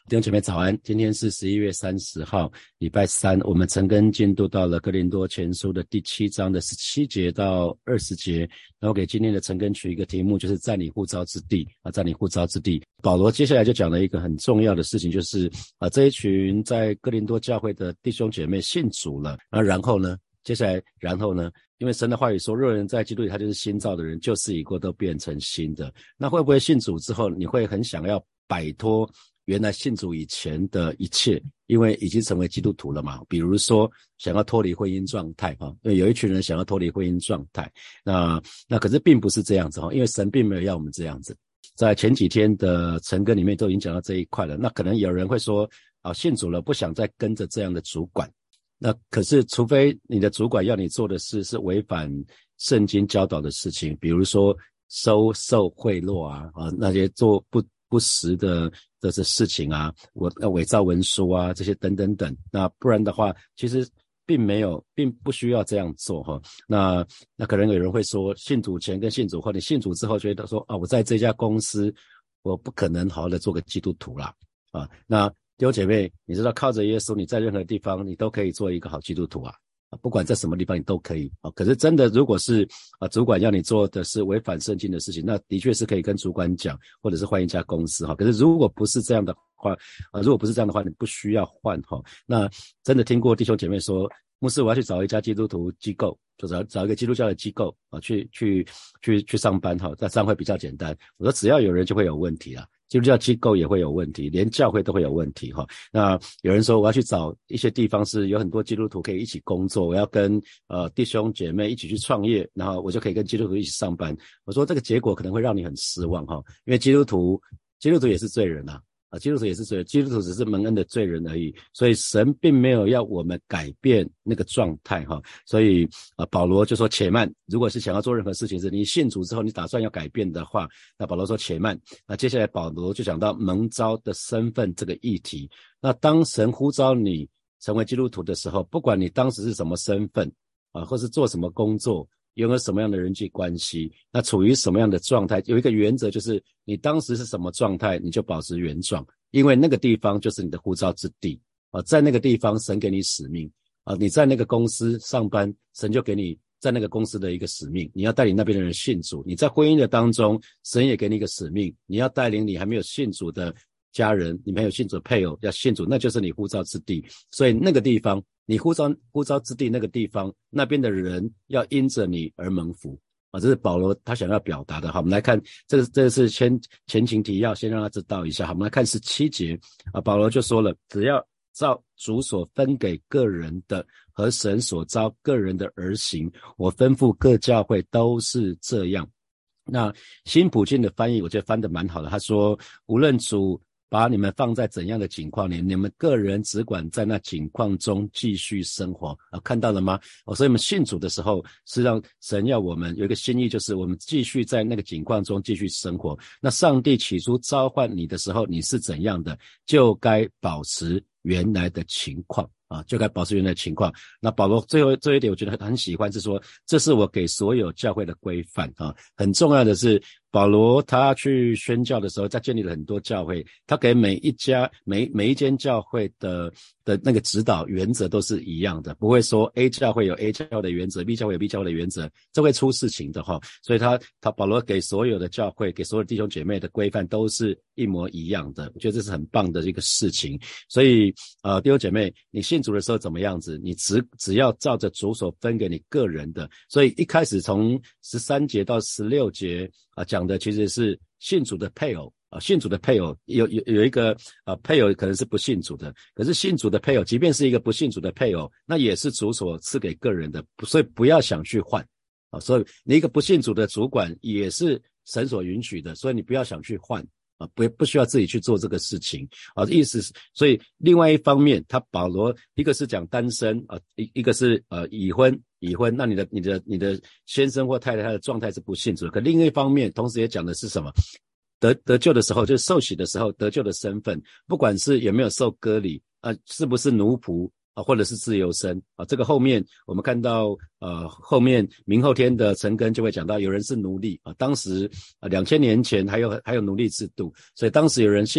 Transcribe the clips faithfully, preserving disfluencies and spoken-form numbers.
弟兄姐妹早安，今天是十一月三十号礼拜三，我们陈根进度到了哥林多前书的第七章的十七节到二十节，然后给今天的陈根取一个题目，就是在你呼召之地啊，在你呼召之地。保罗接下来就讲了一个很重要的事情，就是啊这一群在哥林多教会的弟兄姐妹信主了，那然后呢接下来然后呢因为神的话语说，若人在基督里，他就是新造的人，旧事已过，都变成新的。那会不会信主之后你会很想要摆脱原来信主以前的一切，因为已经成为基督徒了嘛，比如说想要脱离婚姻状态哈，因为有一群人想要脱离婚姻状态，那那可是并不是这样子哈，因为神并没有要我们这样子。在前几天的晨更里面都已经讲到这一块了，那可能有人会说啊，信主了不想再跟着这样的主管，那可是除非你的主管要你做的事是违反圣经教导的事情，比如说收受贿赂啊，啊那些做不不实的这些事情啊，我伪造文书啊，这些等等等，那不然的话其实并没有并不需要这样做哈。那那可能有人会说，信主前跟信主后，你信主之后觉得说啊，我在这家公司我不可能好好的做个基督徒啦啊。那弟兄姐妹，你知道靠着耶稣，你在任何地方你都可以做一个好基督徒啊。不管在什么地方你都可以啊，可是真的如果是啊主管要你做的是违反圣经的事情，那的确是可以跟主管讲，或者是换一家公司哈。可是如果不是这样的话啊，如果不是这样的话，你不需要换哈。那真的听过弟兄姐妹说，牧师我要去找一家基督徒机构，就找找一个基督教的机构啊，去去去去上班哈，那这样会比较简单。我说只要有人就会有问题啦。基督教机构也会有问题，连教会都会有问题哈。那有人说我要去找一些地方是有很多基督徒可以一起工作，我要跟呃弟兄姐妹一起去创业，然后我就可以跟基督徒一起上班。我说这个结果可能会让你很失望哈，因为基督徒基督徒也是罪人啊。啊，基督徒也是罪人，基督徒只是蒙恩的罪人而已，所以神并没有要我们改变那个状态哈。所以啊，保罗就说且慢，如果是想要做任何事情是你信主之后你打算要改变的话，那保罗说且慢。那接下来保罗就讲到蒙召的身份这个议题。那当神呼召你成为基督徒的时候，不管你当时是什么身份啊，或是做什么工作，拥有什么样的人际关系，那处于什么样的状态，有一个原则，就是你当时是什么状态你就保持原状，因为那个地方就是你的呼召之地啊，在那个地方神给你使命啊，你在那个公司上班，神就给你在那个公司的一个使命，你要带领那边的人信主。你在婚姻的当中，神也给你一个使命，你要带领你还没有信主的家人，你没有信主的配偶要信主，那就是你呼召之地。所以那个地方你呼召呼召之地，那个地方那边的人要因着你而蒙福啊，这是保罗他想要表达的。好，我们来看这个，这个是前前情提要，先让他知道一下。好，我们来看十七节啊，保罗就说了，只要照主所分给个人的和神所召个人的而行，我吩咐各教会都是这样。那新普京的翻译我觉得翻得蛮好的，他说无论主把你们放在怎样的境况里，你们个人只管在那境况中继续生活啊，看到了吗？哦，所以我们信主的时候是让神要我们有一个心意，就是我们继续在那个境况中继续生活。那上帝起初召唤你的时候你是怎样的，就该保持原来的情况啊，就该保持原来的情况。那保罗最后这一点我觉得很喜欢，是说这是我给所有教会的规范啊。很重要的是保罗他去宣教的时候，他建立了很多教会，他给每一家每每一间教会的的那个指导原则都是一样的，不会说 A 教会有 A 教会的原则， B 教会有 B 教会的原则，这会出事情的哈。所以他他保罗给所有的教会，给所有弟兄姐妹的规范都是一模一样的，我觉得这是很棒的一个事情。所以呃，弟兄姐妹，你信主的时候怎么样子，你只只要照着主所分给你个人的。所以一开始从十三节到十六节啊，讲的其实是信主的配偶啊，信主的配偶有有有一个啊配偶可能是不信主的，可是信主的配偶即便是一个不信主的配偶，那也是主所赐给个人的，所以不要想去换啊。所以你一个不信主的主管也是神所允许的，所以你不要想去换啊，不不需要自己去做这个事情啊，意思是，所以另外一方面，他保罗一个是讲单身啊，一一个是呃已婚已婚，那你的你的你的先生或太太他的状态是不信主的，可另一方面，同时也讲的是什么？得得救的时候，就是受洗的时候得救的身份，不管是有没有受割礼啊，是不是奴仆啊，或者是自由身啊，这个后面我们看到呃后面明后天的陈根就会讲到，有人是奴隶啊，当时啊两千年前还有还有奴隶制度，所以当时有人信主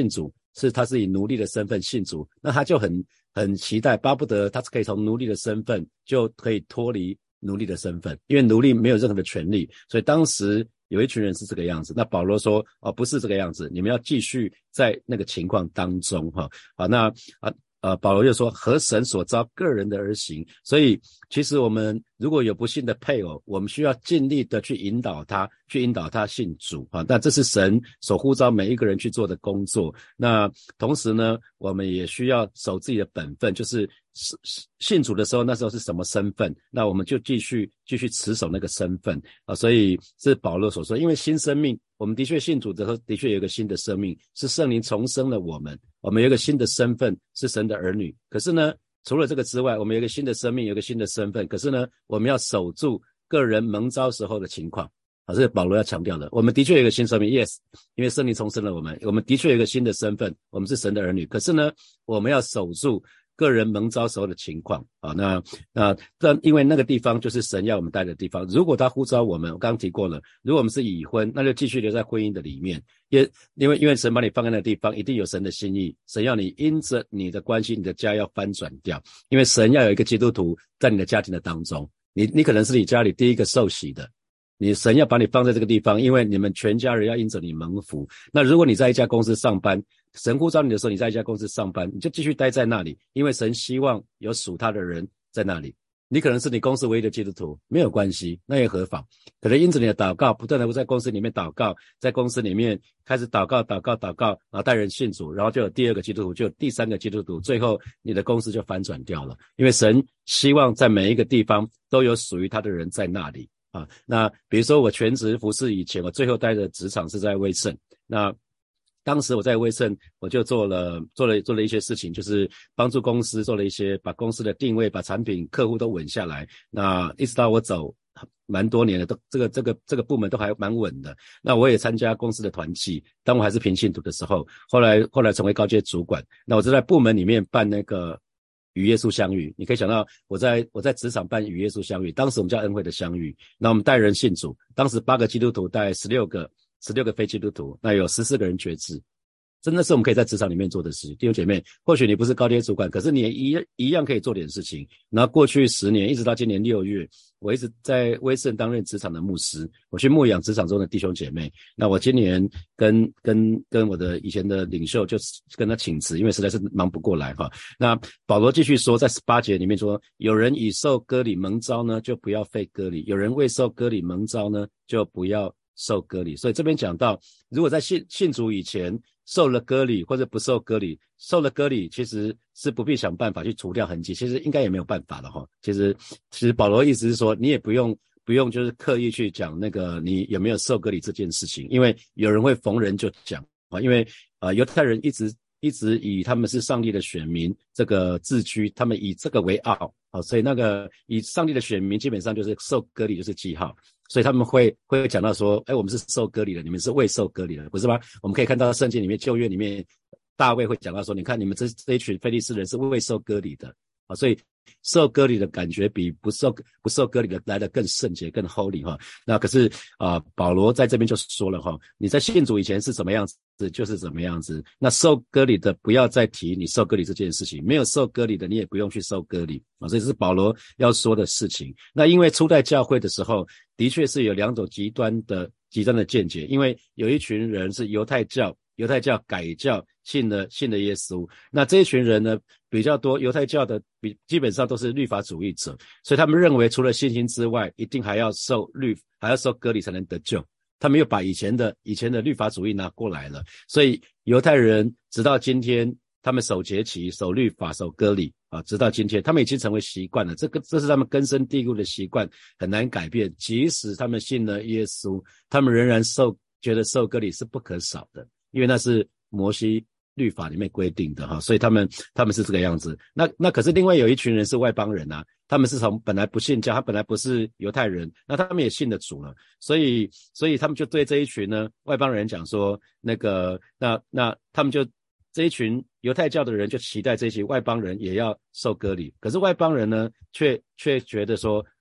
是他是以奴隶的身份信主，那他就很很期待，巴不得他可以从奴隶的身份就可以脱离奴隶的身份，因为奴隶没有任何的权利，所以当时有一群人是这个样子。那保罗说哦，不是这个样子，你们要继续在那个情况当中哈。好，那啊呃，保罗就说合神所召个人的而行，所以其实我们如果有不信的配偶，我们需要尽力的去引导他，去引导他信主啊。那这是神所呼召每一个人去做的工作。那同时呢，我们也需要守自己的本分，就是信主的时候，那时候是什么身份，那我们就继续继续持守那个身份啊。所以是保罗所说，因为新生命，我们的确信主的时候，的确有一个新的生命，是圣灵重生了我们，我们有一个新的身份，是神的儿女。可是呢，除了这个之外，我们有一个新的生命，有一个新的身份。可是呢，我们要守住个人蒙召时候的情况。啊，这是保罗要强调的。我们的确有一个新生命 ，yes， 因为圣灵重生了我们，我们的确有一个新的身份，我们是神的儿女。可是呢，我们要守住个人蒙召时候的情况啊。那那但因为那个地方就是神要我们待的地方。如果他呼召我们，我刚刚提过了，如果我们是已婚，那就继续留在婚姻的里面。也因为因为神把你放在那个地方，一定有神的心意，神要你因着你的关系，你的家要翻转掉。因为神要有一个基督徒在你的家庭的当中，你你可能是你家里第一个受洗的。你神要把你放在这个地方，因为你们全家人要因着你蒙福。那如果你在一家公司上班，神呼召你的时候，你在一家公司上班，你就继续待在那里，因为神希望有属他的人在那里。你可能是你公司唯一的基督徒，没有关系，那也何妨。可能因着你的祷告，不断的在公司里面祷告，在公司里面开始祷告祷告祷告，然后带人信主，然后就有第二个基督徒，就有第三个基督徒，最后你的公司就反转掉了。因为神希望在每一个地方都有属于他的人在那里啊。那比如说我全职服侍以前，我最后待的职场是在威盛，那当时我在威盛，我就做了做了做了一些事情，就是帮助公司做了一些，把公司的定位、把产品、客户都稳下来。那一直到我走蛮多年的，都这个这个这个部门都还蛮稳的。那我也参加公司的团契，当我还是平信徒的时候，后来后来成为高阶主管。那我就在部门里面办那个与耶稣相遇，你可以想到我在我在职场办与耶稣相遇，当时我们叫恩惠的相遇。那我们带人信主，当时八个基督徒带十六个。十六个非基督徒，那有十四个人决志，真的是我们可以在职场里面做的事。弟兄姐妹，或许你不是高阶主管，可是你也一一样可以做点事情。然后过去十年一直到今年六月，我一直在威盛担任职场的牧师，我去牧养职场中的弟兄姐妹。那我今年跟跟跟我的以前的领袖就跟他请辞，因为实在是忙不过来哈。那保罗继续说，在十八节里面说，有人已受割礼蒙召呢，就不要废割礼；有人未受割礼蒙召呢，就不要受割礼。所以这边讲到，如果在信信主以前受了割礼或者不受割礼，受了割礼其实是不必想办法去除掉痕迹，其实应该也没有办法了哈。其实其实保罗意思是说，你也不用不用就是刻意去讲那个你有没有受割礼这件事情，因为有人会逢人就讲啊，因为呃犹太人一直一直以他们是上帝的选民这个自居，他们以这个为傲啊，所以那个以上帝的选民基本上就是受割礼就是记号。所以他们会会讲到说，哎，我们是受割礼的，你们是未受割礼的，不是吗？我们可以看到圣经里面旧约里面大卫会讲到说，你看你们这这一群非利士人是未受割礼的啊，所以受割礼的感觉比不受不受割礼的来得更圣洁更 holy 哈。那可是啊、呃，保罗在这边就说了哈，你在信主以前是怎么样子就是怎么样子。那受割礼的不要再提你受割礼这件事情，没有受割礼的你也不用去受割礼啊，所以这是保罗要说的事情。那因为初代教会的时候，的确是有两种极端的极端的见解，因为有一群人是犹太教。犹太教改教信了信了耶稣，那这一群人呢比较多，犹太教的比基本上都是律法主义者，所以他们认为除了信心之外，一定还要受律还要受割礼才能得救。他们又把以前的以前的律法主义拿过来了，所以犹太人直到今天，他们守节期、守律法、守割礼啊，直到今天，他们已经成为习惯了。这个这是他们根深蒂固的习惯，很难改变。即使他们信了耶稣，他们仍然受觉得受割礼是不可少的。因为那是摩西律法里面规定的哈，所以他们他们是这个样子。那那可是另外有一群人是外邦人啊，他们是从本来不信教，他本来不是犹太人，那他们也信了主了，所以所以他们就对这一群呢外邦人讲说，那个那那他们就这一群犹太教的人就期待这些外邦人也要受割礼，可是外邦人呢却却觉得说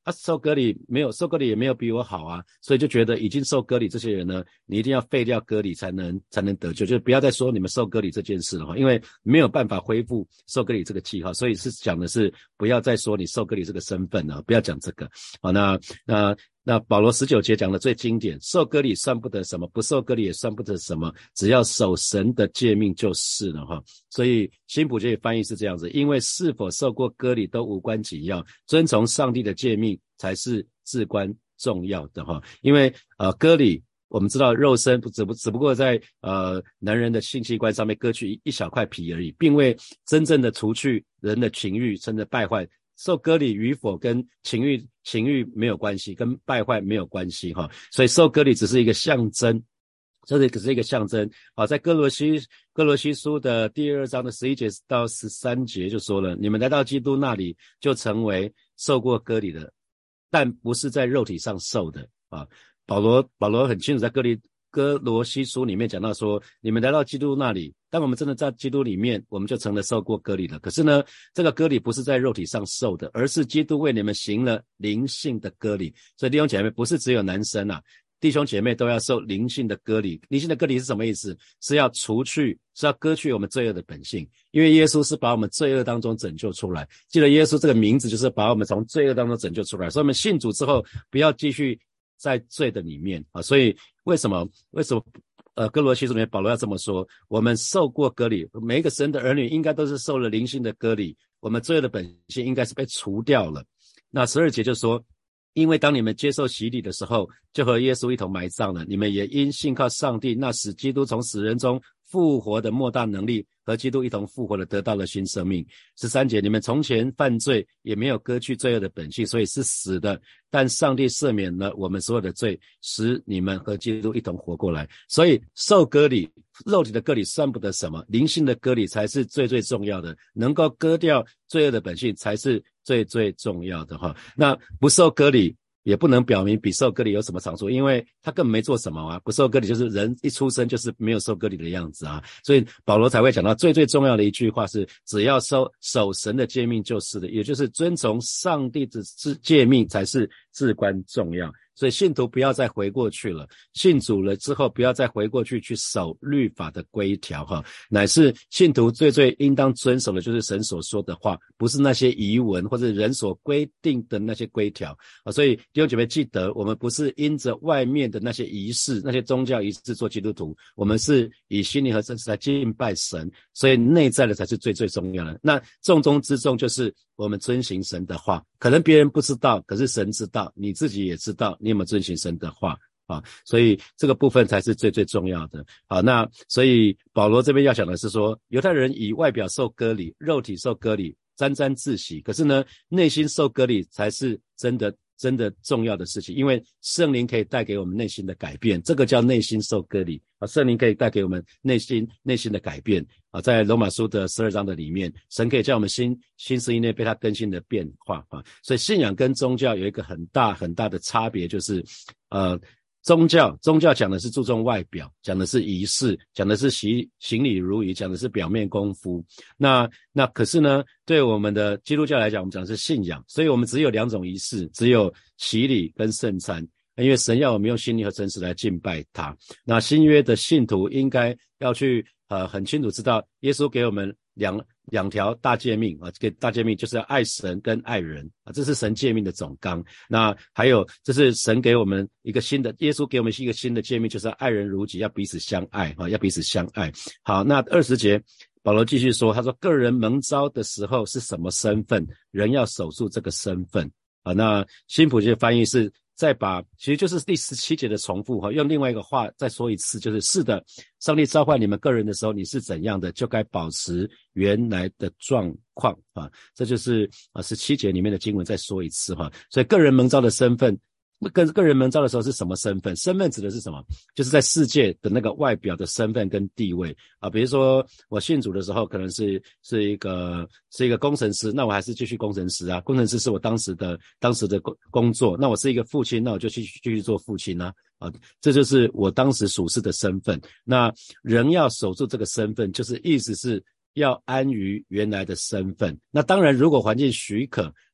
啊，受割礼没有受割礼也没有比我好啊，所以就觉得已经受割礼这些人呢，你一定要废掉割礼才能才能得救，就是不要再说你们受割礼这件事了哈，因为没有办法恢复受割礼这个记号，所以是讲的是不要再说你受割礼这个身份了，不要讲这个。好，那那那保罗十九节讲的最经典，受割礼算不得什么，不受割礼也算不得什么，只要守神的诫命就是了哈。所以新普节翻译是这样子，因为是否受过割礼都无关紧要，遵从上帝的诫命才是至关重要的哈。因为呃割礼我们知道肉身只不只不过在呃男人的性器官上面割去一一小块皮而已，并未真正的除去人的情欲甚至败坏。受割礼与否跟情欲情欲没有关系，跟败坏没有关系哈，所以受割礼只是一个象征，这里只是一个象征。好，在哥罗西哥罗西书的第二章的十一节到十三节就说了，你们来到基督那里就成为受过割礼的，但不是在肉体上受的啊。保罗保罗很清楚在哥利哥罗西书里面讲到说，你们来到基督那里，当我们真的在基督里面，我们就成了受过割礼了。可是呢，这个割礼不是在肉体上受的，而是基督为你们行了灵性的割礼。所以弟兄姐妹，不是只有男生啊，弟兄姐妹都要受灵性的割礼。灵性的割礼是什么意思？是要除去，是要割去我们罪恶的本性。因为耶稣是把我们罪恶当中拯救出来，记得耶稣这个名字就是把我们从罪恶当中拯救出来。所以我们信主之后，不要继续在罪的里面啊。所以为什么为什么呃哥罗西书里面保罗要这么说，我们受过割礼，每一个神的儿女应该都是受了灵性的割礼，我们罪恶的本性应该是被除掉了。那十二节就说，因为当你们接受洗礼的时候，就和耶稣一同埋葬了，你们也因信靠上帝那使基督从死人中复活的莫大能力，和基督一同复活的得到了新生命。十三节，你们从前犯罪，也没有割去罪恶的本性，所以是死的，但上帝赦免了我们所有的罪，使你们和基督一同活过来。所以受割礼，肉体的割礼算不得什么，灵性的割礼才是最最重要的，能够割掉罪恶的本性才是最最重要的哈。那不受割礼也不能表明比受割礼有什么长处，因为他根本没做什么啊。不受割礼就是人一出生就是没有受割礼的样子啊。所以保罗才会讲到最最重要的一句话是，只要守守神的诫命就是的，也就是遵从上帝的诫命才是至关重要。所以信徒不要再回过去了，信主了之后不要再回过去去守律法的规条哈，乃是信徒最最应当遵守的就是神所说的话，不是那些遗文或者人所规定的那些规条啊。所以弟兄姐妹记得，我们不是因着外面的那些仪式那些宗教仪式做基督徒，我们是以心灵和真实来敬拜神，所以内在的才是最最重要的。那重中之重就是我们遵行神的话，可能别人不知道，可是神知道，你自己也知道你有没有遵行神的话啊？所以这个部分才是最最重要的。好，那所以保罗这边要讲的是说，犹太人以外表受割礼，肉体受割礼，沾沾自喜，可是呢，内心受割礼才是真的真的重要的事情，因为圣灵可以带给我们内心的改变，这个叫内心受割礼啊。圣灵可以带给我们内心内心的改变啊，在罗马书的十二章的里面，神可以叫我们心心思意念被他更新的变化啊。所以信仰跟宗教有一个很大很大的差别，就是呃宗教宗教讲的是注重外表，讲的是仪式，讲的是行行礼如仪，讲的是表面功夫。那那可是呢，对我们的基督教来讲，我们讲的是信仰，所以我们只有两种仪式，只有洗礼跟圣餐，因为神要我们用心灵和诚实来敬拜他。那新约的信徒应该要去呃很清楚知道，耶稣给我们两两条大诫命啊，这个大诫命就是要爱神跟爱人啊，这是神诫命的总纲。那还有这是神给我们一个新的，耶稣给我们一个新的诫命，就是要爱人如己，要彼此相爱啊，要彼此相爱。好，那二十节保罗继续说，他说个人蒙召的时候是什么身份，人要守住这个身份啊。那新普世翻译是再把，其实就是第十七节的重复哈，用另外一个话再说一次，就是是的，上帝召唤你们个人的时候，你是怎样的，就该保持原来的状况啊。这就是啊十七节里面的经文再说一次哈。所以个人蒙召的身份，个个人蒙召的时候是什么身份？身份指的是什么？就是在世界的那个外表的身份跟地位啊。比如说我信主的时候可能是是一个是一个工程师，那我还是继续工程师啊，工程师是我当时的当时的工作。那我是一个父亲，那我就继续继续做父亲啊啊，这就是我当时属世的身份。那人要守住这个身份，就是意思是要安于原来的身份。那当然如果环境许可，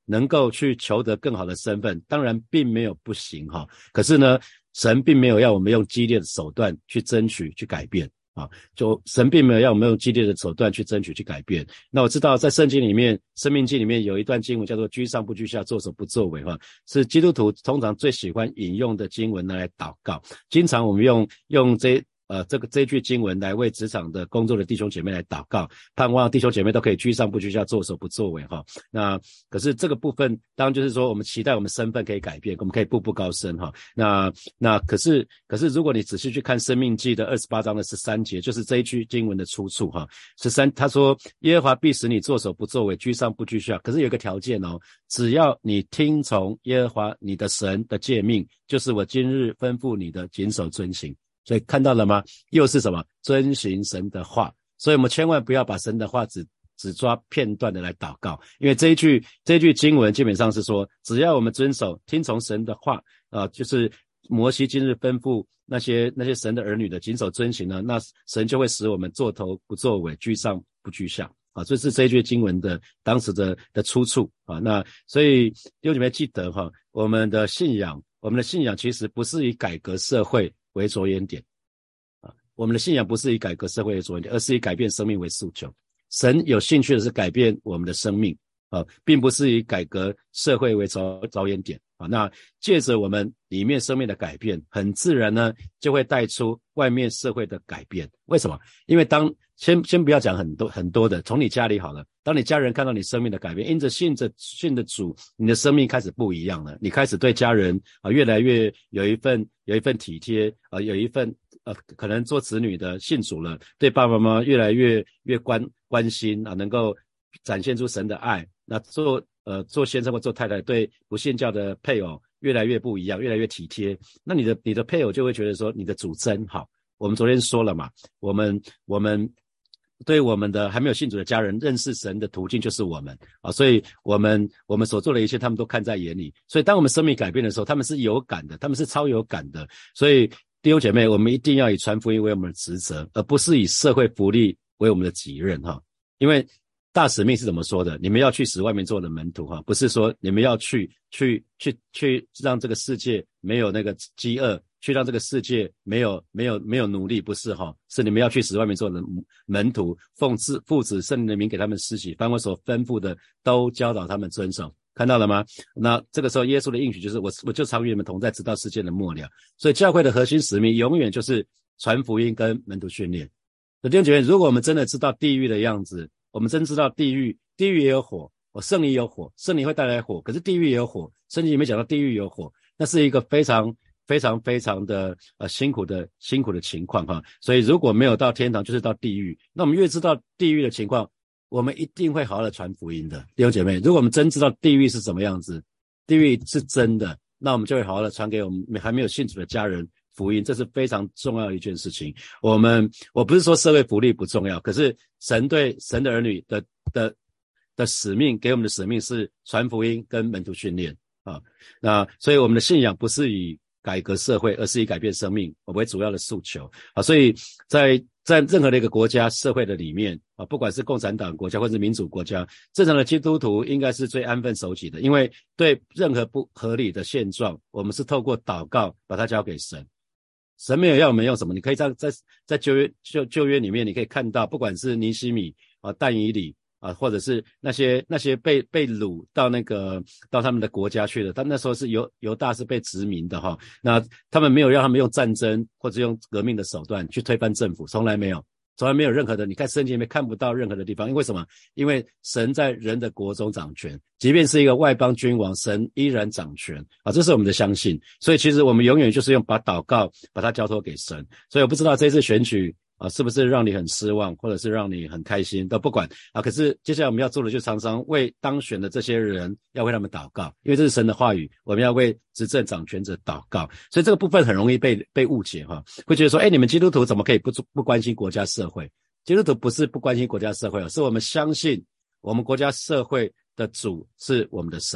能够去求得更好的身份，当然并没有不行哈。可是呢，神并没有要我们用激烈的手段去争取去改变啊，就神并没有要我们用激烈的手段去争取去改变。那我知道在圣经里面，申命记里面有一段经文叫做居上不居下，作首不作为哈，是基督徒通常最喜欢引用的经文拿来祷告。经常我们用用这呃，这个这一句经文来为职场的工作的弟兄姐妹来祷告，盼望弟兄姐妹都可以居上不居下，作首不作为哈。那可是这个部分，当然就是说，我们期待我们身份可以改变，我们可以步步高升哈。那那可是可是，如果你仔细去看《申命记》的二十八章的十三节，就是这一句经文的出处哈。十三他说，耶和华必使你作首不作为，居上不居下。可是有一个条件哦，只要你听从耶和华你的神的诫命，就是我今日吩咐你的，谨守遵行。所以看到了吗？又是什么？遵行神的话。所以我们千万不要把神的话只只抓片段的来祷告，因为这一句这一句经文基本上是说，只要我们遵守听从神的话啊、呃，就是摩西今日吩咐那些那些神的儿女的谨守遵行呢，那神就会使我们作头不作尾，居上不居下啊。这是这一句经文的当时的的出处啊。那所以弟兄姐妹记得哈，我们的信仰我们的信仰其实不是以改革社会为着眼点啊，我们的信仰不是以改革社会为着眼点，而是以改变生命为诉求。神有兴趣的是改变我们的生命啊，并不是以改革社会为着着眼点啊。那借着我们里面生命的改变，很自然呢，就会带出外面社会的改变。为什么？因为当先先不要讲很多很多的，从你家里好了，当你家人看到你生命的改变，因着信着信的主，你的生命开始不一样了，你开始对家人啊越来越有一份有一份体贴啊，有一份呃可能做子女的信主了，对爸爸妈妈越来越越关关心啊，能够展现出神的爱。那做呃做先生或做太太对不信教的配偶越来越不一样，越来越体贴，那你的你的配偶就会觉得说你的主真好。我们昨天说了嘛，我们我们对我们的还没有信主的家人，认识神的途径就是我们啊，所以我们我们所做的一切他们都看在眼里。所以当我们生命改变的时候，他们是有感的，他们是超有感的。所以弟兄姐妹，我们一定要以传福音为我们的职责，而不是以社会福利为我们的己任哈。因为大使命是怎么说的？你们要去使外面做的门徒哈，不是说你们要去去去去让这个世界没有那个饥饿，去让这个世界没有没有没有奴隶，不是哈，是你们要去使外面做的门徒，奉父父子圣灵的名给他们施洗，凡我所吩咐的都教导他们遵守。看到了吗？那这个时候耶稣的应许就是我我就常与你们同在，直到世界的末了。所以教会的核心使命永远就是传福音跟门徒训练。弟兄姐妹，如果我们真的知道地狱的样子，我们真知道地狱，地狱也有火，哦，圣灵有火，圣灵会带来火，可是地狱也有火，圣经里面讲到地狱有火，那是一个非常非常非常的呃辛苦的辛苦的情况哈。所以如果没有到天堂，就是到地狱。那我们越知道地狱的情况，我们一定会好好的传福音的。弟兄姐妹，如果我们真知道地狱是什么样子，地狱是真的，那我们就会好好的传给我们还没有信主的家人福音，这是非常重要的一件事情。我们我不是说社会福利不重要，可是神对神的儿女的的的使命，给我们的使命是传福音跟门徒训练啊。那所以我们的信仰不是以改革社会，而是以改变生命为主要的诉求啊。所以在在任何的一个国家社会的里面啊，不管是共产党国家或是民主国家，正常的基督徒应该是最安分守己的，因为对任何不合理的现状，我们是透过祷告把它交给神。神没有要我们用什么，你可以在在在旧约旧旧约里面，你可以看到，不管是尼希米啊、但以理啊，或者是那些那些被被掳到那个到他们的国家去的，但那时候是犹犹大是被殖民的哈，那他们没有让他们用战争或者用革命的手段去推翻政府，从来没有。从来没有任何的，你看圣经里面看不到任何的地方，因为什么？因为神在人的国中掌权，即便是一个外邦君王，神依然掌权啊，这是我们的相信。所以其实我们永远就是用把祷告把它交托给神。所以我不知道这次选举啊，是不是让你很失望，或者是让你很开心，都不管啊。可是接下来我们要做的就是常常为当选的这些人，要为他们祷告，因为这是神的话语，我们要为执政掌权者祷告。所以这个部分很容易被被误解哈，会觉得说，哎，你们基督徒怎么可以不不关心国家社会？基督徒不是不关心国家社会，是我们相信我们国家社会的主是我们的神，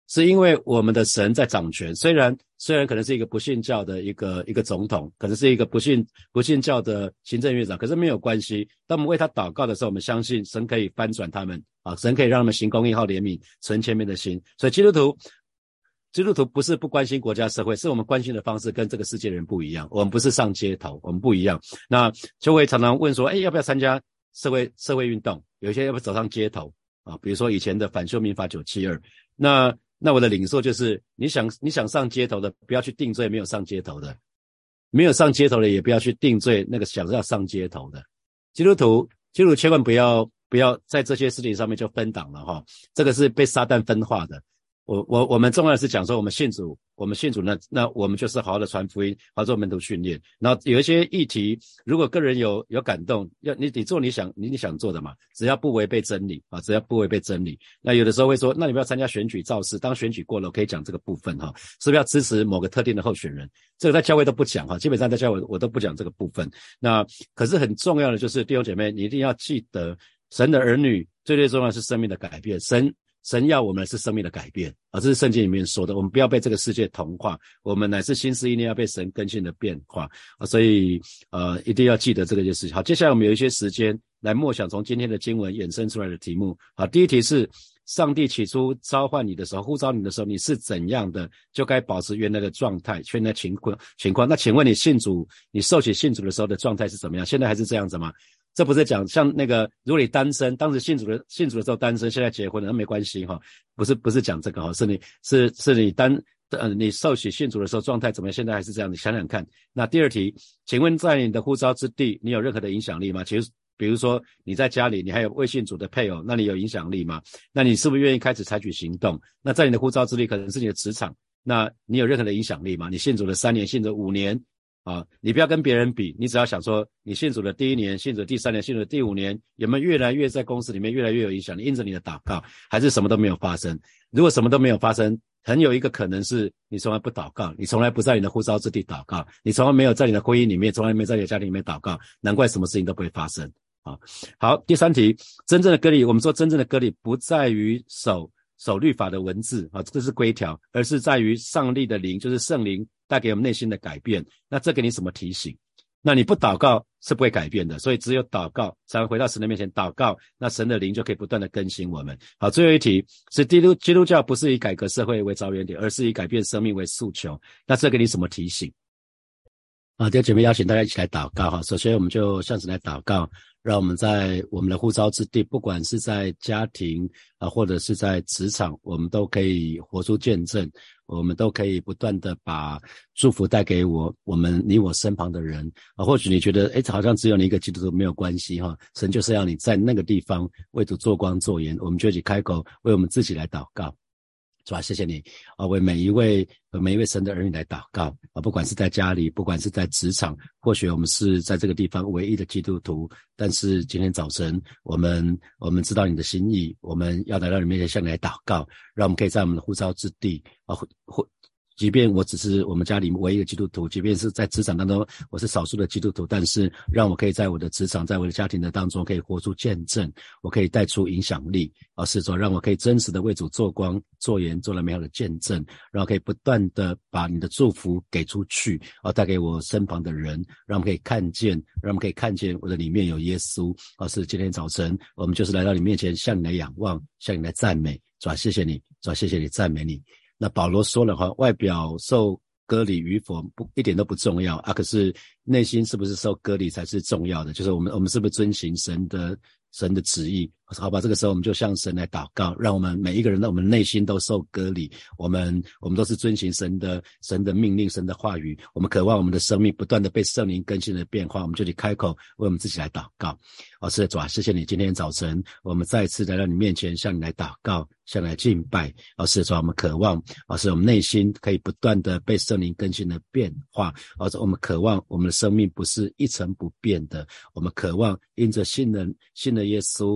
是因为我们的神在掌权，虽然虽然可能是一个不信教的一个一个总统，可能是一个不信不信教的行政院长，可是没有关系。当我们为他祷告的时候，我们相信神可以翻转他们啊，神可以让他们行公义、好怜悯、存谦卑的心。所以基督徒基督徒不是不关心国家社会，是我们关心的方式跟这个世界人不一样。我们不是上街头，我们不一样。那就会常常问说，哎，要不要参加社会社会运动？有一些要不要走上街头啊？比如说以前的反修民法九七二，那那我的领受就是，你想你想上街头的，不要去定罪没有上街头的，没有上街头的也不要去定罪那个想要上街头的。基督徒基督徒千万不要不要在这些事情上面就分党了哈，这个是被撒旦分化的。我我我们重要的是讲说，我们信主，我们信主那那我们就是好好的传福音，好好做门徒训练。然后有一些议题，如果个人有有感动，要你你做你想你你想做的嘛，只要不违背真理啊，只要不违背真理。那有的时候会说，那你不要参加选举造势，当选举过了，我可以讲这个部分哈，是不是要支持某个特定的候选人？这个在教会都不讲哈，基本上在教会我都不讲这个部分。那可是很重要的就是弟兄姐妹，你一定要记得，神的儿女最最重要的是生命的改变，神。神要我们的是生命的改变啊，这是圣经里面说的，我们不要被这个世界同化，我们乃是心思意念要被神更新的变化啊，所以呃一定要记得这个件事情。好，接下来我们有一些时间来默想从今天的经文衍生出来的题目。好，第一题是上帝起初召唤你的时候，呼召你的时候，你是怎样的，就该保持原来的状态，原来情况情况。那请问你信主，你受洗信主的时候的状态是怎么样？现在还是这样子吗？这不是讲像那个，如果你单身，当时信主的信主的时候单身，现在结婚了，那没关系哈，不是不是讲这个哈，是你是是你单呃你受洗信主的时候状态怎么样？现在还是这样，你想想看。那第二题，请问在你的呼召之地，你有任何的影响力吗？其实比如说你在家里，你还有未信主的配偶，那你有影响力吗？那你是不是愿意开始采取行动？那在你的呼召之地，可能是你的职场，那你有任何的影响力吗？你信主了三年，信主五年。啊，你不要跟别人比，你只要想说，你信主的第一年、信主的第三年、信主的第五年，有没有越来越在公司里面越来越有影响力？因着你的祷告，还是什么都没有发生？如果什么都没有发生，很有一个可能是你从来不祷告，你从来不在你的呼召之地祷告，你从来没有在你的婚姻里面，从来没有在你的家庭里面祷告，难怪什么事情都不会发生。啊，好，第三题，真正的割礼，我们说真正的割礼不在于守守律法的文字啊，这是规条，而是在于上帝的灵，就是圣灵带给我们内心的改变。那这给你什么提醒？那你不祷告是不会改变的，所以只有祷告才会回到神的面前祷告，那神的灵就可以不断的更新我们。好，最后一题是基督基督教不是以改革社会为着眼点，而是以改变生命为诉求。那这给你什么提醒？啊，弟兄姐妹，邀请大家一起来祷告哈。首先，我们就向神来祷告，让我们在我们的呼召之地，不管是在家庭啊，或者是在职场，我们都可以活出见证，我们都可以不断的把祝福带给我我们你我身旁的人啊。或许你觉得，诶，好像只有你一个基督徒没有关系哈，神就是要你在那个地方为主做光做盐，我们就一起开口为我们自己来祷告。主啊，谢谢你啊，为每一位每一位神的儿女来祷告啊，不管是在家里，不管是在职场，或许我们是在这个地方唯一的基督徒，但是今天早晨我们我们知道你的心意，我们要来到你面前向你来祷告，让我们可以在我们的呼召之地啊，或即便我只是我们家里唯一的基督徒，即便是在职场当中我是少数的基督徒，但是让我可以在我的职场，在我的家庭的当中可以活出见证，我可以带出影响力啊，是说让我可以真实的为主做光做盐，做了美好的见证，让我可以不断的把你的祝福给出去啊，带给我身旁的人，让我们可以看见，让我们可以看见我的里面有耶稣啊，是今天早晨我们就是来到你面前向你来仰望，向你来赞美。主啊，谢谢你，主啊，谢谢你，赞美你。那保罗说了哈，外表受割礼与否不一点都不重要啊，可是内心是不是受割礼才是重要的，就是我们我们是不是遵行神的神的旨意。好吧，这个时候我们就向神来祷告，让我们每一个人的我们内心都受割礼，我们我们都是遵行神的神的命令，神的话语，我们渴望我们的生命不断的被圣灵更新的变化，我们就去开口为我们自己来祷告。哦，是的，主啊，谢谢你，今天早晨我们再一次来到你面前，向你来祷告，向你来敬拜。哦，是的，主啊，我们渴望，哦，是我们内心可以不断的被圣灵更新的变化。哦，我们渴望我们的生命不是一成不变的，我们渴望因着信任信了耶稣，我们的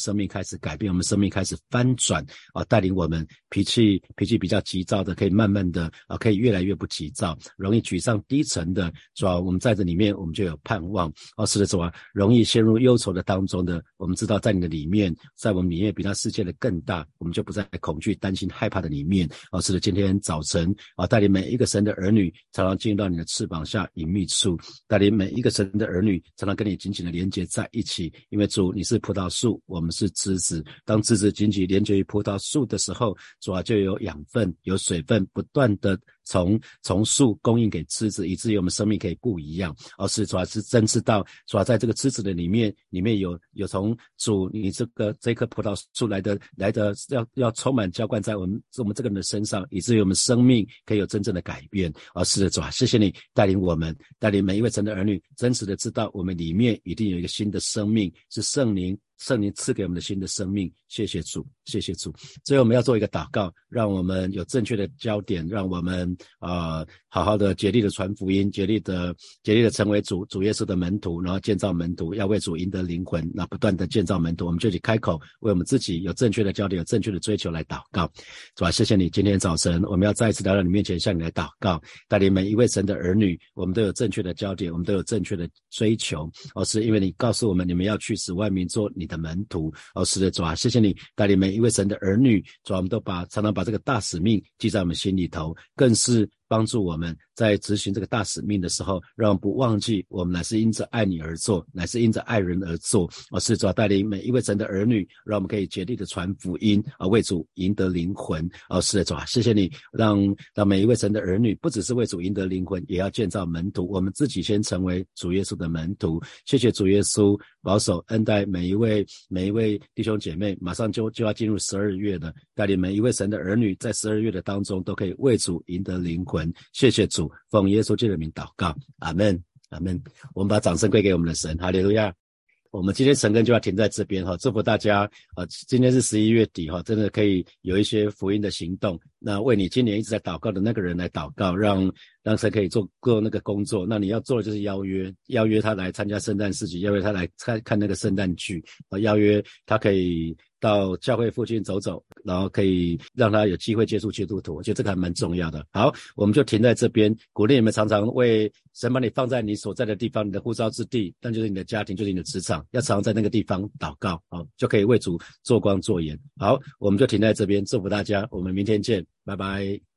生命开始改变，我们生命开始翻转啊，带领我们脾气脾气比较急躁的可以慢慢的啊，可以越来越不急躁，容易沮丧低沉的主啊，我们在这里面我们就有盼望哦，是的主啊，容易陷入忧愁的当中的，我们知道在你的里面，在我们里面比那世界的更大，我们就不再恐惧担心害怕的里面哦，是的，今天早晨啊，带领每一个神的儿女常常进入到你的翅膀下隐秘处，带领每一个神的儿女常常跟你紧紧的连结在一起，因为主你是葡萄树，我们是枝子，当枝子紧紧连结于葡萄树的时候，主啊就有养分有水分不断的从从树供应给枝子，以至于我们生命可以不一样。而是主要是真知道，主要在这个枝子的里面，里面有有从主你这个这棵葡萄树来的来的要要充满浇灌在我们我们这个人的身上，以至于我们生命可以有真正的改变。而是的主啊，谢谢你带领我们，带领每一位神的儿女，真实的知道我们里面一定有一个新的生命，是圣灵。圣灵赐给我们的新的生命，谢谢主，谢谢主。最后我们要做一个祷告，让我们有正确的焦点，让我们呃好好的竭力的传福音，竭力的竭力的成为主主耶稣的门徒，然后建造门徒，要为主赢得灵魂，那不断的建造门徒。我们就去开口为我们自己有正确的焦点，有正确的追求来祷告。主啊，谢谢你，今天早晨我们要再一次来到你面前，向你来祷告，带领每一位神的儿女，我们都有正确的焦点，我们都有正确的追求。哦，是因为你告诉我们，你们要去使万民做你的门徒。哦，是的，主啊，谢谢你带领每一位神的儿女，主啊，我们都把常常把这个大使命记在我们心里头，更是帮助我们在执行这个大使命的时候，让我们不忘记我们乃是因着爱你而做，乃是因着爱人而做。哦，是主啊，带领每一位神的儿女，让我们可以竭力的传福音，啊，为主赢得灵魂。哦，是的，主啊，谢谢你让让每一位神的儿女不只是为主赢得灵魂，也要建造门徒，我们自己先成为主耶稣的门徒。谢谢主耶稣保守恩待每一位每一位弟兄姐妹，马上就就要进入十二月了，带领每一位神的儿女在十二月的当中都可以为主赢得灵魂。谢谢主，奉耶稣基督的名祷告，阿们，阿们。我们把掌声归给我们的神，哈利路亚。我们今天晨更就要停在这边哈，祝福大家呃，今天是十一月底哈，真的可以有一些福音的行动。那为你今年一直在祷告的那个人来祷告，让让神可以做做那个工作。那你要做的就是邀约，邀约他来参加圣诞市集，邀约他来看看那个圣诞剧，呃，邀约他可以到教会附近走走，然后可以让他有机会接触基督徒，我觉得这个还蛮重要的。好，我们就停在这边，鼓励你们常常为神把你放在你所在的地方，你的呼召之地，但就是你的家庭，就是你的职场，要常常在那个地方祷告，好，就可以为主做光做盐。好，我们就停在这边，祝福大家，我们明天见，拜拜。